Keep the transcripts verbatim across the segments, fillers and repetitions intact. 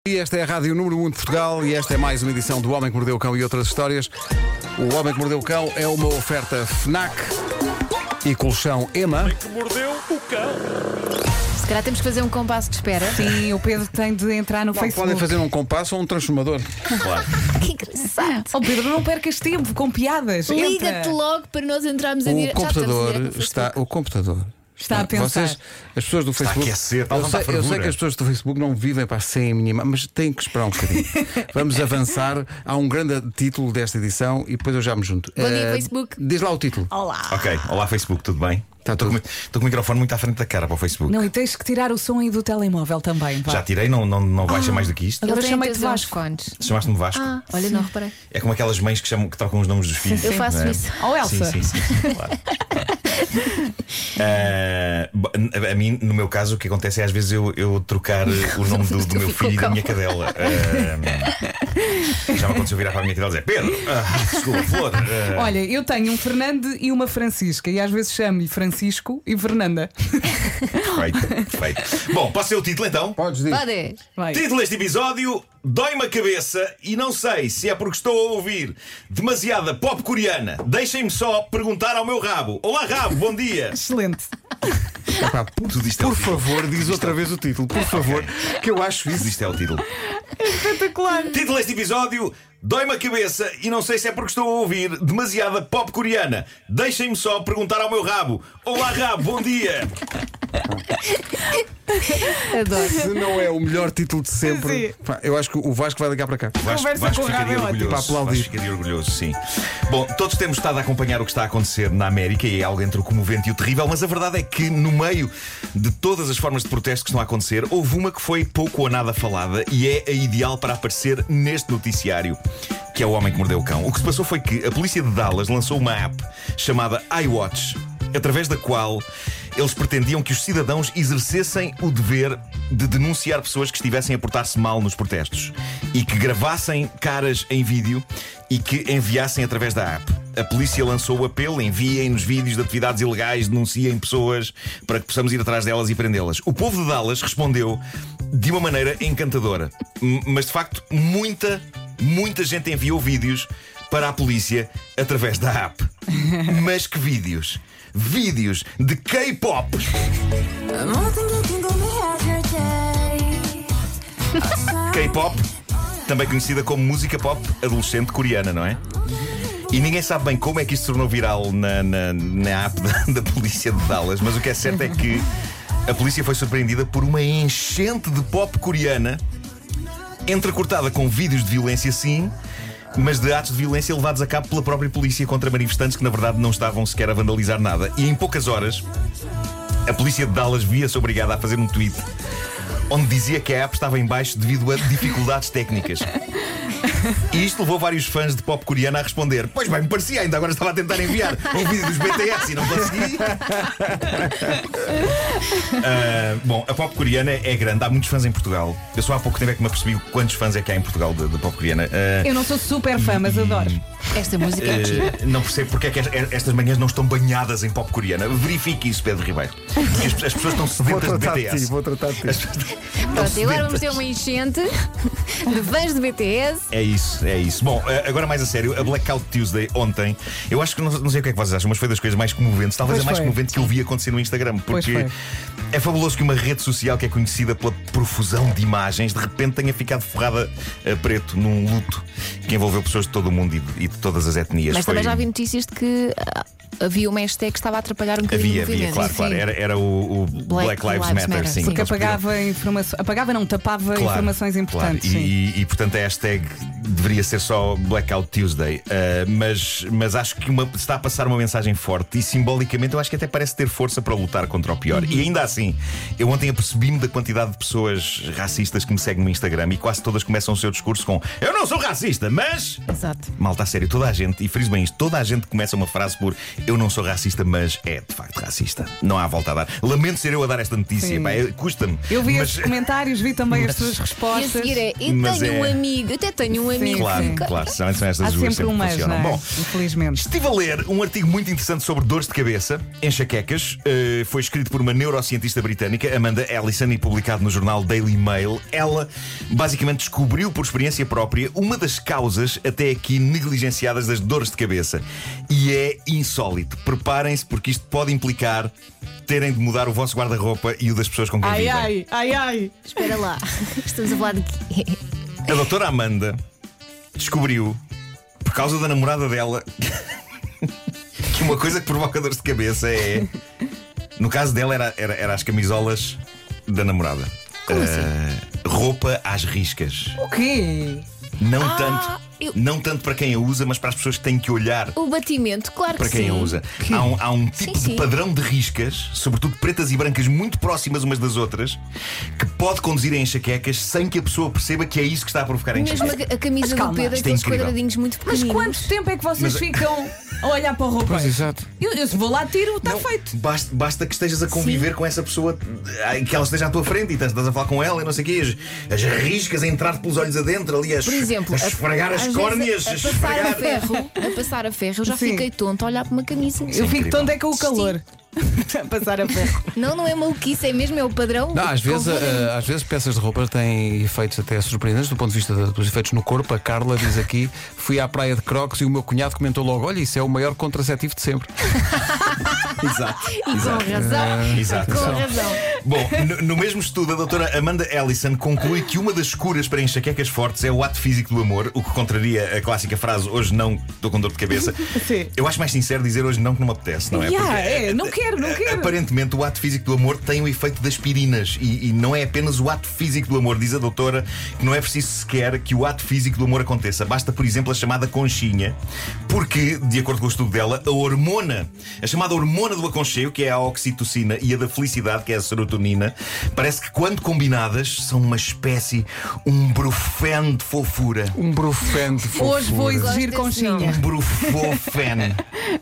E esta é a Rádio Número um de Portugal e esta é mais uma edição do Homem que Mordeu o Cão e outras histórias. O Homem que Mordeu o Cão é uma oferta FNAC e colchão Ema. Que mordeu o cão. Se calhar temos que fazer um compasso de espera. Sim, o Pedro tem de entrar no Não, Facebook. podem fazer um compasso ou um transformador. Claro. Que engraçado. Oh Pedro, não percas tempo com piadas. Liga-te Entra. logo para nós entrarmos em O direto. computador está. O computador. Está a pensar. Vocês, as pessoas do Facebook. aquecer, está a eu, levantar sei, eu sei fervura. que as pessoas do Facebook não vivem para sem a mínima, mas têm que esperar um bocadinho. Vamos avançar. Há um grande título desta edição e depois eu já me junto. Bom dia, Eh, Facebook. Diz lá o título. Olá. Ok, olá Facebook, tudo bem? Tá Estou tudo. com, estou com o microfone muito à frente da cara para o Facebook. Não, e tens que tirar o som aí do telemóvel também. Vá. Já tirei, não, não, não baixa mais do que isto. Agora Ele tem chamei-te até os Vasco. fones. Chamaste-me Vasco. Ah, olha, não reparei. É como aquelas mães que, chamam, que trocam os nomes dos filhos. Eu faço não é? isso. Oh, Elsa. Sim, sim, sim, sim, claro. Ah, bo- a mim, no meu caso, o que acontece é às vezes eu, eu trocar o nome do, do meu filho e da minha cadela. Ah, já me aconteceu virar para a minha cadela e dizer Pedro, ah, desculpa, Flor. ah, Olha, eu tenho um Fernando e uma Francisca e às vezes chamo-lhe Francisco e Fernanda. Perfeito, perfeito. Bom, posso ser o título então? Podes dizer. Pode. Vai. Título deste episódio: Dói-me a cabeça e não sei se é porque estou a ouvir demasiada pop coreana. Deixem-me só perguntar ao meu rabo. Olá, rabo, bom dia. Excelente. Epá, por Tudo isto é por o título. favor, diz outra vez o título, por favor, que eu acho Tudo isso. isto é o título. Espetacular. Título deste episódio: Dói-me a cabeça e não sei se é porque estou a ouvir demasiada pop coreana. Deixem-me só perguntar ao meu rabo. Olá, rabo, bom dia. Adoro. Se não é o melhor título de sempre, Sim. pá, eu acho que o Vasco vai ligar para cá. Vasco, Conversa Vasco com o rabo ficaria é ótimo. Para orgulhoso. aplaudir. Vasco ficaria orgulhoso, sim. Bom, todos temos estado a acompanhar o que está a acontecer na América e é algo entre o comovente e o terrível, mas a verdade é que no meio de todas as formas de protesto que estão a acontecer, houve uma que foi pouco ou nada falada e é a ideal para aparecer neste noticiário, que é o Homem que Mordeu o Cão. O que se passou foi que a polícia de Dallas lançou uma app chamada iWatch, através da qual eles pretendiam que os cidadãos exercessem o dever de denunciar pessoas que estivessem a portar-se mal nos protestos e que gravassem caras em vídeo e que enviassem através da app. A polícia lançou o apelo: enviem-nos vídeos de atividades ilegais, denunciem pessoas para que possamos ir atrás delas e prendê-las. O povo de Dallas respondeu de uma maneira encantadora, M- mas de facto muita, muita gente enviou vídeos para a polícia através da app. Mas que vídeos? Vídeos de K-pop. K-pop, também conhecida como música pop adolescente coreana, não é? E ninguém sabe bem como é que isto se tornou viral na, na, na app da, da polícia de Dallas, mas o que é certo é que a polícia foi surpreendida por uma enchente de pop coreana, entrecortada com vídeos de violência, sim, mas de atos de violência levados a cabo pela própria polícia contra manifestantes que na verdade não estavam sequer a vandalizar nada. E em poucas horas a polícia de Dallas via-se obrigada a fazer um tweet onde dizia que a app estava em baixo devido a dificuldades técnicas. E isto levou vários fãs de pop coreana a responder: pois bem, me parecia, ainda agora estava a tentar enviar um vídeo dos B T S e não consegui. Ah, bom, a pop coreana é grande, há muitos fãs em Portugal. Eu só há pouco tempo é que me apercebi quantos fãs é que há em Portugal de, de pop coreana. Ah, Eu não sou super fã, mas adoro. Esta música é gira. Uh, não percebo porque é que est- estas manhãs não estão banhadas em pop coreana. Verifique isso, Pedro Ribeiro. Porque as, as pessoas estão Vou sedentas de tratar de ti, B T S. vou tratar de ti. As pessoas estão Pronto, e agora sedentas. vamos ter uma enchente de fãs de B T S. É isso, é isso. Bom, uh, agora mais a sério, a Blackout Tuesday ontem, eu acho que não, não sei o que é que vocês acham, mas foi das coisas mais comoventes, talvez Pois a mais foi. comovente que eu vi acontecer no Instagram. Pois Porque foi. é fabuloso que uma rede social que é conhecida pela profusão de imagens de repente tenha ficado forrada a preto num luto que envolveu pessoas de todo o mundo e de, e de todas as etnias. Mas Foi- também já vi notícias de que ah, havia uma hashtag que estava a atrapalhar um bocadinho Havia, o havia, movimento. claro, Sim, claro. sim. Era, era o, o Black, Lives, Matter, Matter, sim. sim. Porque Eles pediram- apagava informações. Apagava, não, tapava Claro, informações importantes. claro. Sim. E, e, e, portanto a hashtag deveria ser só Blackout Tuesday. Uh, mas, mas acho que uma- está a passar uma mensagem forte e simbolicamente eu acho que até parece ter força para lutar contra o pior. E ainda assim, eu ontem apercebi-me da quantidade de pessoas racistas que me seguem no Instagram e quase todas começam o seu discurso com: eu não sou racista, mas. Exato. Malta, a sério, sério, toda a gente, e friso bem isto, toda a gente começa uma frase por eu não sou racista, mas é de facto racista. Não há volta a dar. Lamento ser eu a dar esta notícia, pá, é- custa-me. Eu vi mas... estes comentários, vi também as tuas E a respostas. seguir é, eu Mas tenho é- um amigo, eu até tenho um amigo. Claro, Sim. claro, são são estas Há duas sempre um mas, funcionam. não é? Bom, Infelizmente. estive a ler um artigo muito interessante sobre dores de cabeça, enxaquecas. Uh, foi escrito por uma neurocientista britânica, Amanda Ellison, e publicado no jornal Daily Mail. Ela basicamente descobriu por experiência própria uma das causas até aqui negligenciadas das dores de cabeça. E é insólito. Preparem-se, porque isto pode implicar terem de mudar o vosso guarda-roupa e o das pessoas com quem Ai, vivem. ai, ai, ai. Espera lá, estamos a falar de quê? A doutora Amanda descobriu, por causa da namorada dela, que uma coisa que provoca dores de cabeça é. No caso dela, era, era, era as camisolas da namorada. Como Uh, roupa às riscas. O quê? Não, Ah, tanto, eu- não tanto para quem a usa, mas para as pessoas que têm que olhar O batimento, claro para que quem sim. a usa. Há um, há um tipo sim. de padrão de riscas, sobretudo pretas e brancas, muito próximas umas das outras, que pode conduzir a enxaquecas sem que a pessoa perceba que é isso que está a provocar a Mesmo enxaqueca. a, a camisa Mas calma, do Pedro, isto é aqueles incrível. quadradinhos muito Mas pequeninos. quanto tempo é que vocês Mas- ficam a olhar para a roupa? Pois, exato. Eu, eu se vou lá tiro, está feito. Basta, basta que estejas a conviver com essa pessoa, que ela esteja à tua frente e estás estás a falar com ela e não sei o quê, as, as riscas a entrar pelos olhos adentro, ali a, Por exemplo, a esfregar a- as às córneas, vezes, a a, a passar a esfregar. ferro, a passar a ferro, eu já Sim. fiquei tonta a olhar para uma camisa. Eu fico incrível. tonta é com o calor. A passar a ferro. Não, não é maluquice, é mesmo, é o padrão. Não, às vezes, Convém. eh, às vezes peças de roupa têm efeitos até surpreendentes do ponto de vista de- dos efeitos no corpo. A Carla diz aqui: fui à praia de Crocs e o meu cunhado comentou logo: olha, isso é o maior contraceptivo de sempre. Exato. E com exato. razão. Exato. Com razão. Bom, no, no mesmo estudo, a doutora Amanda Ellison conclui que uma das curas para enxaquecas fortes é o ato físico do amor, o que contraria a clássica frase hoje não, estou com dor de cabeça. Sim. Eu acho mais sincero dizer hoje não que não me apetece, não é? Yeah, Porque, é, não quero, não eh, quero. Aparentemente o ato físico do amor tem o efeito das aspirinas e, e não é apenas o ato físico do amor. Diz a doutora que não é preciso sequer que o ato físico do amor aconteça. Basta, por exemplo, a chamada conchinha, porque, de acordo com o estudo dela, a hormona, a chamada hormona do aconchego, que é a oxitocina, e a da felicidade, que é a serotonina, parece que quando combinadas são uma espécie, um brufeno de fofura. Um brufeno de fofura. Hoje vou exigir Gosto desse conchinha. Um brufofeno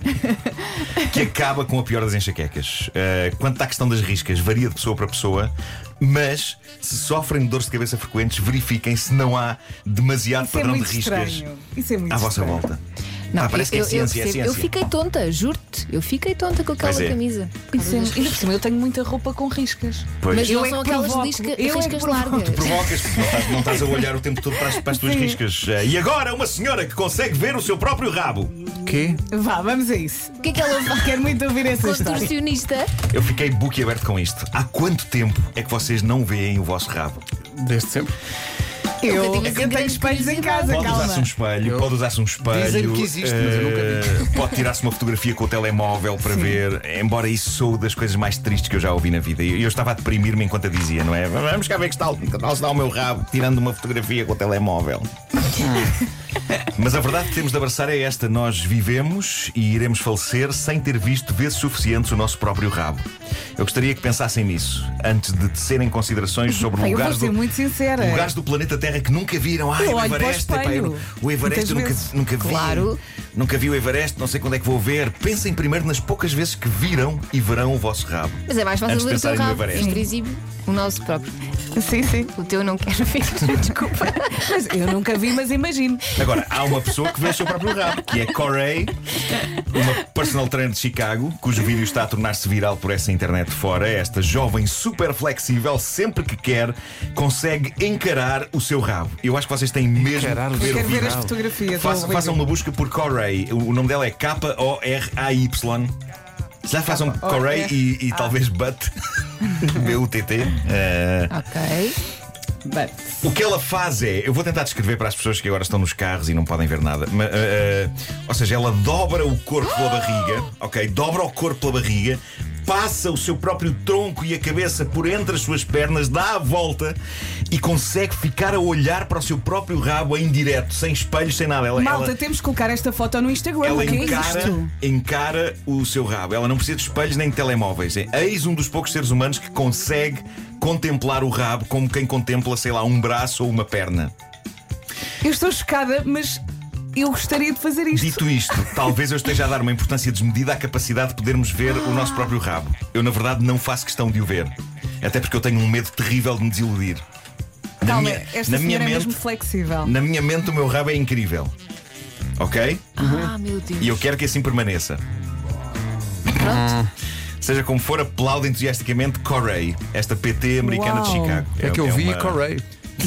que acaba com a pior das enxaquecas. Uh, quanto à questão das riscas, varia de pessoa para pessoa, mas se sofrem de dores de cabeça frequentes, verifiquem se não há demasiado Isso é padrão de muito riscas estranho. Isso é muito à vossa estranho. volta. Não, Ah, parece eu, que é eu- eu ciência, é percebo. ciência. Eu fiquei tonta, juro-te. Eu fiquei tonta com aquela Pois é. camisa. Isso é, ainda por cima, eu tenho muita roupa com riscas. Pois. Mas Eu não é são que aquelas provoco. risca- Eu é que riscas provoco. largas. Provocas, não estás, não estás a olhar o tempo todo para as, para as tuas Sim. riscas. Uh, E agora, uma senhora que consegue ver o seu próprio rabo. Quê? Vá, vamos a isso. O que é que ela faz? Quero muito ouvir essa história. Contorcionista? Eu fiquei boquiaberto com isto. Há quanto tempo é que vocês não veem o vosso rabo? Desde sempre. Eu, Eu eu tenho assim tenho grande espelhos em curiosidade. casa, Pode usar-se um calma. espelho, Eu- pode usar-se um espelho. Dizem-me que existe, mas eu nunca vi. eh, Pode tirar-se uma fotografia com o telemóvel para Sim. ver. Embora isso sou das coisas mais tristes que eu já ouvi na vida. E eu estava a deprimir-me enquanto a dizia, não é? Vamos cá ver que está, que tal se dá o meu rabo tirando uma fotografia com o telemóvel. Mas a verdade que temos de abraçar é esta: nós vivemos e iremos falecer sem ter visto vezes suficientes o nosso próprio rabo. Eu gostaria que pensassem nisso antes de tecerem considerações sobre Eu vou lugares ser do, muito sincera. lugares do planeta Terra que nunca viram. Ai, Eu o olho para o Everest, epá, espelho. eu- o Everest eu nunca, Muitas vezes. nunca vi. Claro. Nunca vi o Everest, não sei quando é que vou ver. Pensem primeiro nas poucas vezes que viram e verão o vosso rabo. Mas é mais fácil Antes de ver o teu pensarem no rabo. Everest. Este exíbio, o nosso próprio. Sim, sim. O teu não quero ver. Desculpa. Mas eu nunca vi, mas imagino. Agora, há uma pessoa que vê o seu próprio rabo, que é Corey, uma personal trainer de Chicago, cujo vídeo está a tornar-se viral por essa internet fora. Esta jovem super flexível, sempre que quer, consegue encarar o seu rabo. Eu acho que vocês têm mesmo Encarar o que ver Eu o quero ver vídeo. as fotografias. Façam, ao façam vídeo. uma busca por Corey. O nome dela é K O R A Y. Se lá façam Corey e, e talvez Butt, B U T T. Eh, Ok. But, O que ela faz é, eu vou tentar descrever para as pessoas que agora estão nos carros e não podem ver nada. Mas, eh, eh, ou seja, ela dobra o corpo pela barriga, ok? Dobra o corpo pela barriga, passa o seu próprio tronco e a cabeça por entre as suas pernas, dá a volta e consegue ficar a olhar para o seu próprio rabo em direto, sem espelhos, sem nada. Ela, malta, ela, temos que colocar esta foto no Instagram. ela O que é encara, isto? encara o seu rabo. Ela não precisa de espelhos nem de telemóveis. É, eis um dos poucos seres humanos que consegue contemplar o rabo como quem contempla, sei lá, um braço ou uma perna. Eu estou chocada, mas eu gostaria de fazer isto. Dito isto, talvez eu esteja a dar uma importância desmedida à capacidade de podermos ver o nosso próprio rabo. Eu, na verdade, não faço questão de o ver. Até porque eu tenho um medo terrível de me desiludir. Na Calma, minha, esta na senhora minha é mente, mesmo flexível. Na minha mente, o meu rabo é incrível. Ok? Ah, meu Deus. E eu quero que assim permaneça. Seja como for, aplaudo entusiasticamente Corey, esta P T americana Uau. de Chicago. É que eu vi uma... e corei.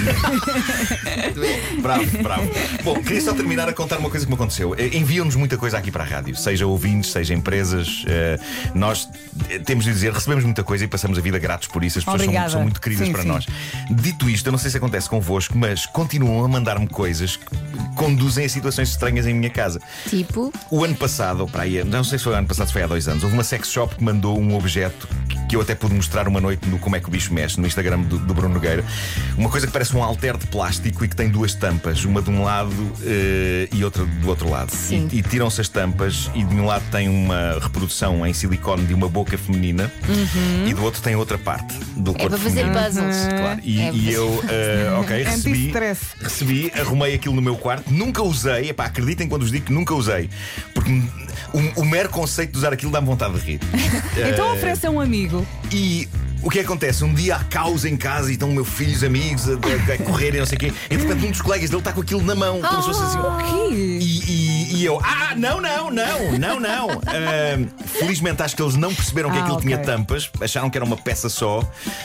Bravo, bravo. Bom, queria só terminar a contar uma coisa que me aconteceu. Eh, Enviam-nos muita coisa aqui para a rádio, seja ouvintes, seja empresas. Eh, nós eh, temos de dizer, recebemos muita coisa e passamos a vida gratos por isso. As pessoas são, Obrigada. são muito queridas Sim, para sim. nós. Dito isto, eu não sei se acontece convosco, mas continuam a mandar-me coisas que conduzem a situações estranhas em minha casa. Tipo, O ano passado, ou para aí, não sei se foi o ano passado, se foi há dois anos, houve uma sex shop que mandou um objeto que eu até pude mostrar uma noite no Como é que o Bicho Mexe, no Instagram do, do Bruno Nogueira. Uma coisa que parece um halter de plástico e que tem duas tampas, uma de um lado eh, e outra do outro lado. Sim. E, e tiram-se as tampas, e de um lado tem uma reprodução em silicone de uma boca feminina e do outro tem outra parte do é corpo para fazer feminino. puzzles. Claro. E, É e eu, eh, ok, recebi, Anti-stress. recebi, arrumei aquilo no meu quarto, nunca usei, epá, acreditem quando vos digo que nunca usei, porque o, o mero conceito de usar aquilo dá-me vontade de rir. Então Eh, oferece a um amigo. E o que acontece? Um dia há caos em casa e estão o meu filho e os amigos a, a, a correr e não sei o quê. E de repente um dos colegas dele está com aquilo na mão, como se fosse assim. Que? E, e- e eu, ah, não, não, não, não, não. Ah, felizmente acho que eles não perceberam que Ah, aquilo ok. tinha tampas, acharam que era uma peça só.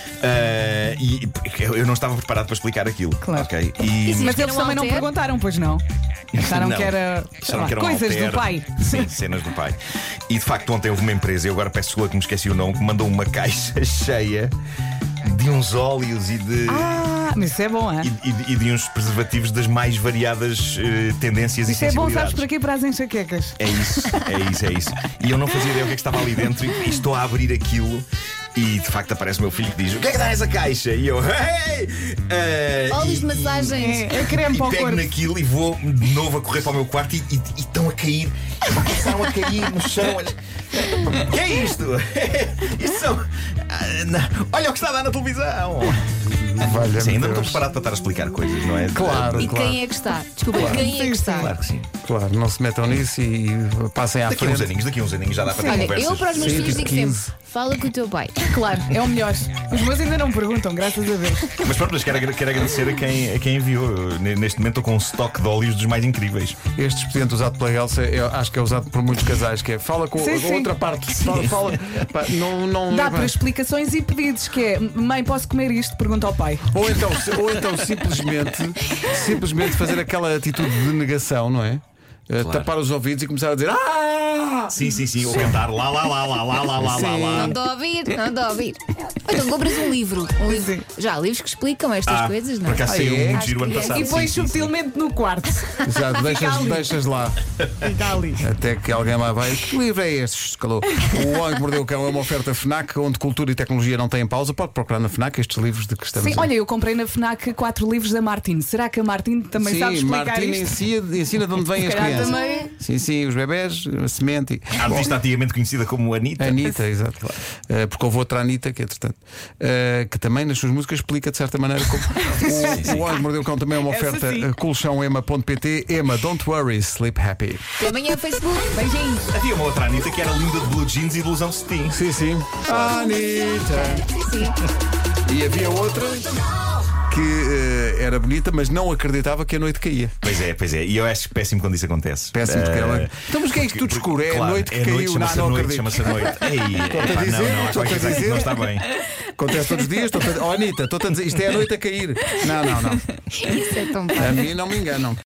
Ah, e eu eu não estava preparado para explicar aquilo. Claro. Ok? E, Isso Mas que eles era um também não halter? perguntaram, pois não? Acharam Não. que era, sei Acharam lá, que era um coisas halter. do pai. Sim, cenas do pai. E de facto, ontem houve uma empresa, eu agora peço desculpa que me esqueci o nome, que mandou uma caixa cheia de uns óleos e de. Ah, mas isso é bom, é? E, e- e de uns preservativos das mais variadas eh, tendências Isso e é bom, sensibilidades. sabes para quê? Para as enxaquecas. É isso, é isso, é isso. E eu não fazia ideia o que é que estava ali dentro e, e estou a abrir aquilo. E de facto aparece o meu filho que diz: o que é que dá nessa caixa? E eu, hey! Eh, Óleos e- de massagens. É, é creme E para o pego corpo. naquilo e vou de novo a correr para o meu quarto e, e- e estão a cair. Começaram a cair no chão. O que é isto? Isto são. Ah, não. Olha o que está a dar na televisão. Valha-me Sim, ainda não Deus. estou preparado para estar a explicar coisas, não é? Claro, E claro. quem é que está? Desculpa, quem é que está? Claro que sim. Claro, não se metam nisso e passem à Daqui a uns frente. aninhos, daqui a uns aninhos já dá para ter Olha, conversas. eu para os meus Sim, filhos tipo digo sempre: quinze. fala com o teu pai. Claro, é o melhor. Os meus ainda não perguntam, graças a Deus. Mas pronto, mas quero, agra- quero agradecer a quem, a quem enviou. Eu, ne- Neste momento estou com um estoque de óleos dos mais incríveis. Este expediente usado pela Elsa, eu acho que é usado por muitos casais, que é fala com Sim, a sim. outra parte. Fala, fala. Pá, não, não Dá leva- para explicações e pedidos, que é: mãe, posso comer isto? Pergunta ao pai. Ou então, ou então simplesmente, simplesmente fazer aquela atitude de negação, não é? Uh, Tapar os ouvidos e começar a dizer ah! Sim, sim, sim. Ou cantar lá, lá, lá, lá, lá, lá, lá, lá, Não lá. estou a ouvir, não estou a ouvir. Ou então compras um livro. Um livro. Sim. Já há livros que explicam estas Ah, coisas, não por é? acaso Ah, saiu é? muito Acho giro o ano que é. passado. E pões Sim, sim, sim. subtilmente no quarto. Exato, deixas, ali. deixas lá. Fica ali. Até que alguém lá vai. Que livro é este? Escalou. O Homem que Mordeu o Cão é uma oferta FNAC, onde cultura e tecnologia não têm pausa. Pode procurar na FNAC estes livros de que estamos Sim, a... olha, eu comprei na FNAC quatro livros da Martine. Será que a Martine também Sim, sabe explicar Martina isto? ensina, ensina de onde vêm Se as calhar crianças. também. Sim, sim, os bebés, a semente. A artista antigamente conhecida como Anitta. Anitta, exato. Uh, porque houve outra Anitta, que entretanto, uh, que também nas suas músicas explica de certa maneira como. O, o Homem que Mordeu o Cão também é uma Essa oferta sim. uh, colchão ema ponto pt. Ema, don't worry, sleep happy. Até amanhã no Facebook. Beijinhos. Havia uma outra Anitta que era linda de blue jeans e de ilusão cetim. Sim, sim. Anitta. Sim, sim. E havia outra que uh, era bonita, mas não acreditava que a noite caía. Pois é, pois é. E eu acho péssimo quando isso acontece. Péssimo, porque Eh, ela. Então, mas que é isto tudo escuro? É a claro, noite que é caiu. noite, chama-se não, a não noite, acredito. chama-se a noite. Ei, Estou-te a epá, dizer, não, não, há estou-te qualquer a coisa que dizer. não está bem. Acontece todos os dias. Estou a... Oh, Anitta, estou a dizer, isto é a noite a cair. Não, não, não. Isso é tão bom. A mim não me enganam.